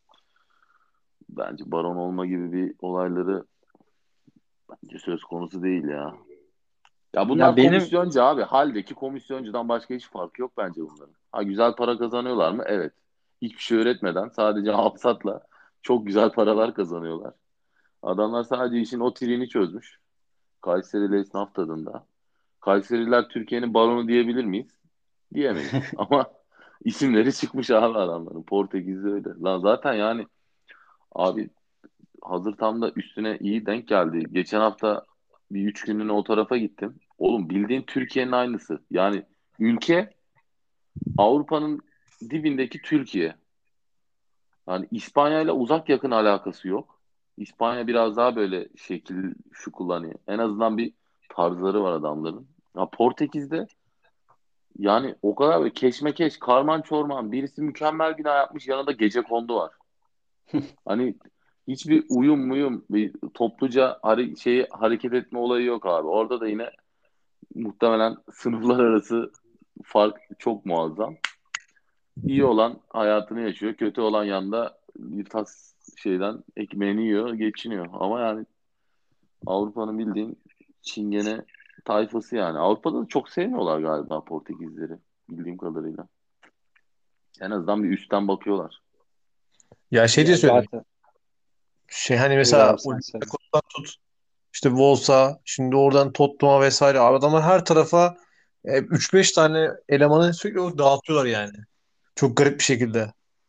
S3: bence baron olma gibi bir olayları bence söz konusu değil ya. Ya
S2: Ya
S3: bunlar
S2: benim
S3: komisyoncu abi. Haldeki komisyoncudan başka hiç farkı yok bence bunların. Ha güzel para kazanıyorlar mı? Evet. Hiçbir şey öğretmeden sadece hapsatla çok güzel paralar kazanıyorlar. Adamlar sadece işin o triğini çözmüş. Kayseri'li esnaf tadında. Kayseriler Türkiye'nin baronu diyebilir miyiz? Diyemeyiz. Ama isimleri çıkmış abi adamların. Portekiz'de öyle. Lan zaten yani abi hazır tam da üstüne iyi denk geldi. Geçen hafta bir üç günlüğüne o tarafa gittim. Oğlum bildiğin Türkiye'nin aynısı. Yani ülke Avrupa'nın dibindeki Türkiye. Yani İspanya ile uzak yakın alakası yok. İspanya biraz daha böyle şekil şu kullanıyor. En azından bir tarzları var adamların. Ya Portekiz'de yani o kadar böyle keşmekeş, karman çorman, birisi mükemmel bina yapmış, yanında gecekondu var. Hani hiçbir uyum muyum, bir topluca hare şeyi hareket etme olayı yok abi. Orada da yine muhtemelen sınıflar arası fark çok muazzam. İyi olan hayatını yaşıyor, kötü olan yanda bir tas şeyden ekmeğini yiyor, geçiniyor. Ama yani Avrupa'nın bildiğin çingene tayfası yani. Avrupa'da da çok sevmiyorlar galiba Portekizleri bildiğim kadarıyla. En azından bir üstten bakıyorlar.
S1: Ya şey diye
S2: ya
S1: söyleyeyim.
S2: zaten
S1: Şey hani
S2: buyur
S1: mesela
S2: abi sen söyle.
S1: Olympiakos'tan tut işte Wolves'a şimdi oradan Tottenham'a vesaire abi adamlar her tarafa e, üç beş tane elemanı sürekli olarak dağıtıyorlar yani. Çok garip bir şekilde.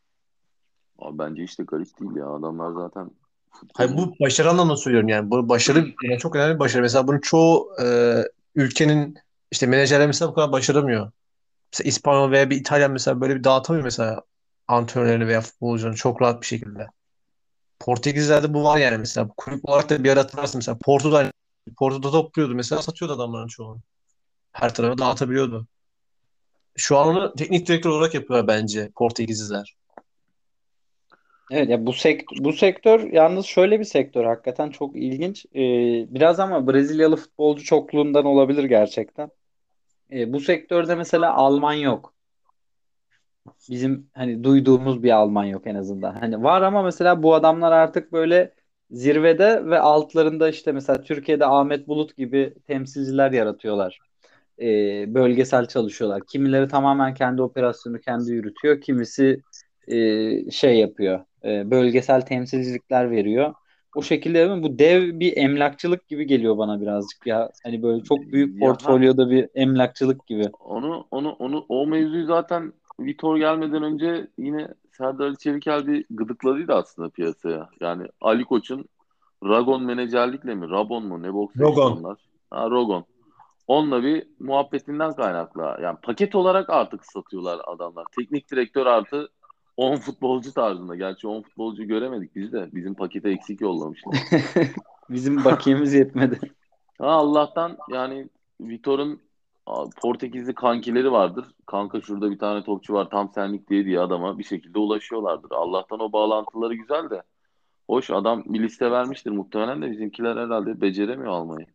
S3: Abi bence hiç de garip değil ya. Adamlar zaten
S1: Hayır
S3: futbolun
S1: bu başarı anlamında söylüyorum yani. Bu başarı yani çok önemli bir başarı. Mesela bunun çoğu e, ülkenin işte menajerleri mesela bu kadar başaramıyor. Mesela İspanyol veya bir İtalyan mesela böyle bir dağıtamıyor mesela antrenörlerini veya futbolcularını çok rahat bir şekilde. Portekizlerde bu var yani mesela. Kulüp olarak da bir ara hatırlarsın mesela. Porto'da aynı. Porto'da topluyordu mesela satıyordu adamların çoğunu. Her tarafa dağıtabiliyordu. Şu an onu teknik direktör olarak yapıyor bence Portekizliler.
S2: Evet ya bu sektör, bu sektör yalnız şöyle bir sektör hakikaten çok ilginç. Ee, biraz ama Brezilyalı futbolcu çokluğundan olabilir gerçekten. Ee, bu sektörde mesela Alman yok. Bizim hani duyduğumuz bir Alman yok en azından. Hani var ama mesela bu adamlar artık böyle zirvede ve altlarında işte mesela Türkiye'de Ahmet Bulut gibi temsilciler yaratıyorlar. Ee, bölgesel çalışıyorlar. Kimileri tamamen kendi operasyonu kendi yürütüyor. Kimisi e, şey yapıyor. E, bölgesel temsilcilikler veriyor. O şekilde değil mi? Bu dev bir emlakçılık gibi geliyor bana birazcık ya. Hani böyle çok büyük
S3: ya ha
S2: portfolyoda bir emlakçılık gibi.
S3: onu onu onu o mevzuyu zaten Vitor gelmeden önce yine Serdar Ali Çevikel bir gıdıkladıydı aslında piyasaya. Yani Ali Koç'un Ragon menajerlikle mi? Rabon mu? Ne boksa işte
S1: Rogon.
S3: onlar. Ha, Rogon. Onunla bir muhabbetinden kaynaklı. Yani paket olarak artık satıyorlar adamlar. Teknik direktör artı on futbolcu tarzında. Gerçi on futbolcu göremedik biz de. Bizim pakete eksik yollamışlar.
S2: Bizim bakiyemiz yetmedi.
S3: Ha, Allah'tan yani Vitor'un a, Portekizli kankileri vardır. Kanka şurada bir tane topçu var tam senlik diye diye adama bir şekilde ulaşıyorlardır. Allah'tan o bağlantıları güzel de. Hoş adam bir liste vermiştir muhtemelen de bizimkiler herhalde beceremiyor almayı.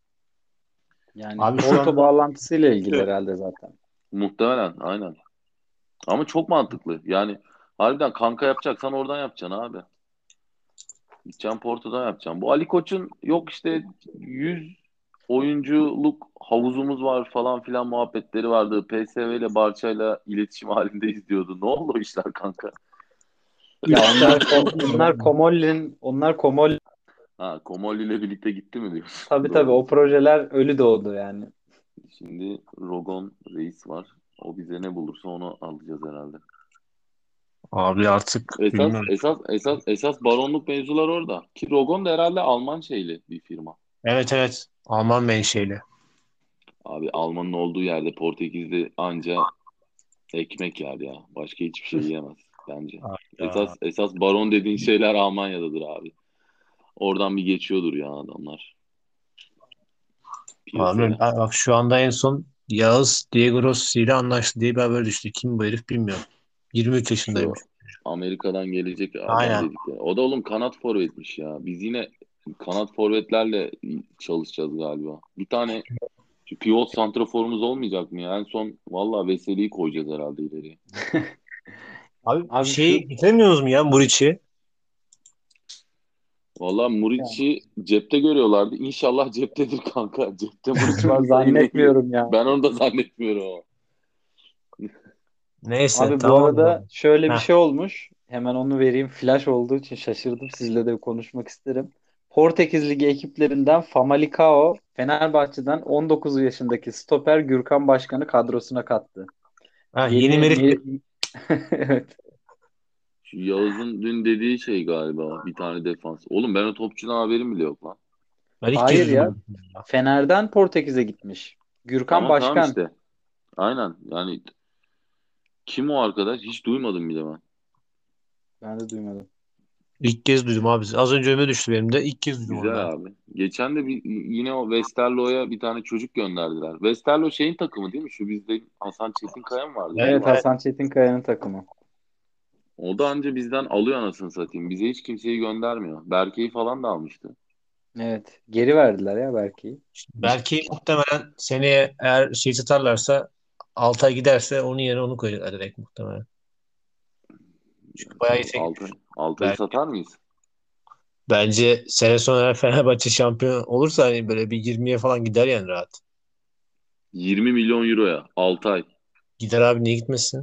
S2: Yani
S1: Abi şu
S2: Porto
S1: anda
S2: bağlantısıyla ilgili
S1: işte
S2: herhalde zaten.
S3: Muhtemelen aynen. Ama çok mantıklı. Yani harbiden kanka yapacaksan oradan yapacaksın abi. Gideceksin Porto'dan yapacaksın. Bu Ali Koç'un yok işte yüz oyunculuk havuzumuz var falan filan muhabbetleri vardı. P S V ile Barça'yla iletişim halindeyiz diyordu. Ne oldu o işler kanka?
S2: Ya
S1: Üç
S2: onlar
S1: tane
S2: Kom- onlar Komolli'nin onlar Komolli
S3: Ha, Komolli ile birlikte gitti mi diyorsun?
S2: tabii tabii
S3: Doğru.
S2: o projeler ölü doğdu yani.
S3: Şimdi Rogon Reis var. O bize ne bulursa onu alacağız herhalde.
S1: Abi artık
S3: Esas
S1: bilmiyorum.
S3: esas esas esas baronluk mevzular orada. Ki Rogon da herhalde Alman şeyli bir firma.
S1: Evet evet. Alman menşeli.
S3: Abi Alman'ın olduğu yerde Portekiz'de anca ekmek yer ya. Başka hiçbir şey yiyemez bence.
S1: Hayda.
S3: Esas esas baron dediğin şeyler Almanya'dadır abi. Oradan bir geçiyordur ya adamlar
S1: Abi
S3: piyasaya.
S1: bak şu anda en son Yağız Diego Rossi ile anlaştı diye bir haber düştü. Kim bu herif bilmiyorum. yirmi üç
S3: Şu
S1: yaşındaymış.
S3: Amerika'dan gelecek adam
S1: Aynen.
S3: dedikleri. O da oğlum kanat forvetmiş ya. Biz yine kanat forvetlerle çalışacağız galiba. Bir tane şu pivot santraforumuz olmayacak mı ya? En son valla Veseli'yi koyacağız herhalde ileriye.
S1: Abi
S2: Abi
S1: şey
S2: şu
S1: getiremiyoruz mu ya Muriç'i?
S3: Valla Muriç'i cepte görüyorlardı. İnşallah ceptedir kanka. Cepte Muriç varsa yine iyi.
S2: zannetmiyorum ya.
S3: Ben onu da zannetmiyorum ama.
S1: Neyse
S2: Abi bu
S1: tamam o
S2: arada
S1: zaman.
S2: şöyle bir
S1: Heh.
S2: şey olmuş. Hemen onu vereyim. Flash olduğu için şaşırdım. Sizle de konuşmak isterim. Portekiz Ligi ekiplerinden Famalicão Fenerbahçe'den on dokuz yaşındaki stoper Gürkan Başkan'ı kadrosuna kattı.
S1: Ha,
S2: Yeni
S1: yeni Merih de-
S2: me- evet.
S3: Şu Yağız'ın dün dediği şey galiba. Bir tane defans. Oğlum ben o topçudan haberim bile yok lan.
S1: ben ilk kez
S2: Hayır
S1: duydum
S2: ya.
S1: bunu ya.
S2: Fener'den Portekiz'e gitmiş. Gürkan
S3: Tamam tamam
S2: Başkan.
S3: işte. Aynen. Yani kim o arkadaş? Hiç duymadım bile ben.
S2: Ben de duymadım.
S1: İlk kez duydum abi. Az önce önüme düştü benim de. İlk kez duydum onu
S3: Güzel
S1: ben.
S3: abi. Geçen de bir, yine o Westerlo'ya bir tane çocuk gönderdiler. Westerlo şeyin takımı değil mi? Şu bizde Hasan Çetinkaya mı vardı? Biri
S1: Evet
S2: Evet,
S3: vardı.
S1: evet.
S2: Hasan Çetinkaya'nın takımı.
S3: O da anca bizden alıyor anasını satayım. Bize hiç kimseyi göndermiyor. Berke'yi falan da almıştı.
S2: Evet. Geri verdiler ya belki.
S1: Belki muhtemelen seneye eğer şey tutarlarsa Altay giderse onun yerine onu koyacaklar direkt muhtemelen. Çünkü bayağı iyi
S3: Altay,
S1: gitmiş.
S3: Altay'ı
S1: Belki.
S3: satar mıyız?
S1: Bence sene sonu eğer Fenerbahçe şampiyon olursa hani böyle bir yirmiye falan gider yani rahat.
S3: yirmi milyon euroya. Altay.
S1: Gider abi niye gitmesin?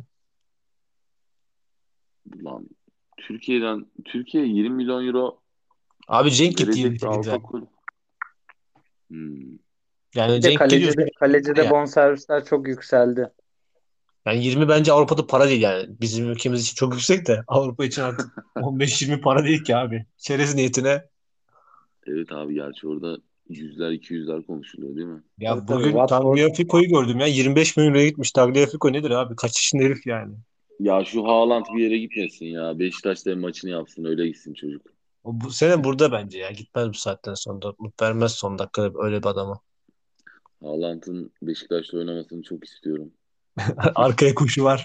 S3: Lan Türkiye'den Türkiye yirmi milyon euro
S1: Abi Cenk gitti
S3: verecek bir
S1: yirmi sekize.
S3: Avrupa kulübü. Hmm.
S1: Yani
S2: Bir de
S1: Cenk gidiyorsa
S2: kalecide, kalecide
S1: ya.
S2: bonservisler çok yükseldi.
S1: Yani yirmi bence Avrupa'da para değil yani. Bizim ülkemiz için çok yüksek de Avrupa için artık on beş yirmi para değil ki abi. Çerez niyetine.
S3: Evet abi gerçi orada yüzler iki yüzler konuşuluyor değil mi?
S2: Tabii
S1: Ya
S2: tabii.
S1: bugün
S2: Watford
S1: Tagliafico'yu gördüm ya. yirmi beş milyon liraya gitmiş. Tagliafico nedir abi? Kaç yaşında herif yani?
S3: Ya şu Haaland bir yere gitmesin ya. Beşiktaş'ta bir maçını yapsın öyle gitsin çocuk.
S1: O bu sene burada bence ya. Gitmez bu saatten sonra. Umut vermez son dakikada öyle bir adama.
S3: Haaland'ın Beşiktaş'ta oynamasını çok istiyorum.
S1: Arkaya koşu var.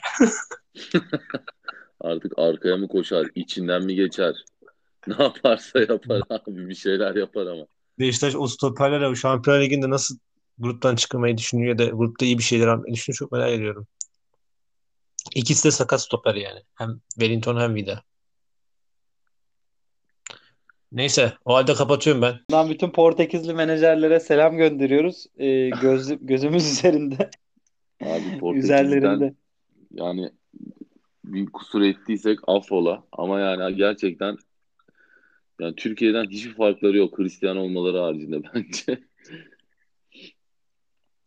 S3: Artık arkaya mı koşar, içinden mi geçer? Ne yaparsa yapar abi bir şeyler yapar ama.
S1: Beşiktaş o stoperlerle o Şampiyonlar Ligi'nde nasıl gruptan çıkmayı düşünüyor ya da grupta iyi bir şeyler yapmayı düşünüyor çok merak ediyorum. İkisi de sakat stoper yani. Hem Wellington hem Vida. Neyse o halde kapatıyorum ben.
S2: Buradan bütün Portekizli menajerlere selam gönderiyoruz. Ee, göz, gözümüz üzerinde.
S3: Abi Portekiz'den
S2: Üzerlerinde.
S3: yani bir kusur ettiysek affola. Ama yani gerçekten yani Türkiye'den hiçbir farkları yok Hristiyan olmaları haricinde bence.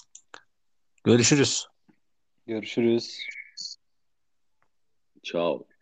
S1: Görüşürüz.
S2: Görüşürüz.
S3: Ciao.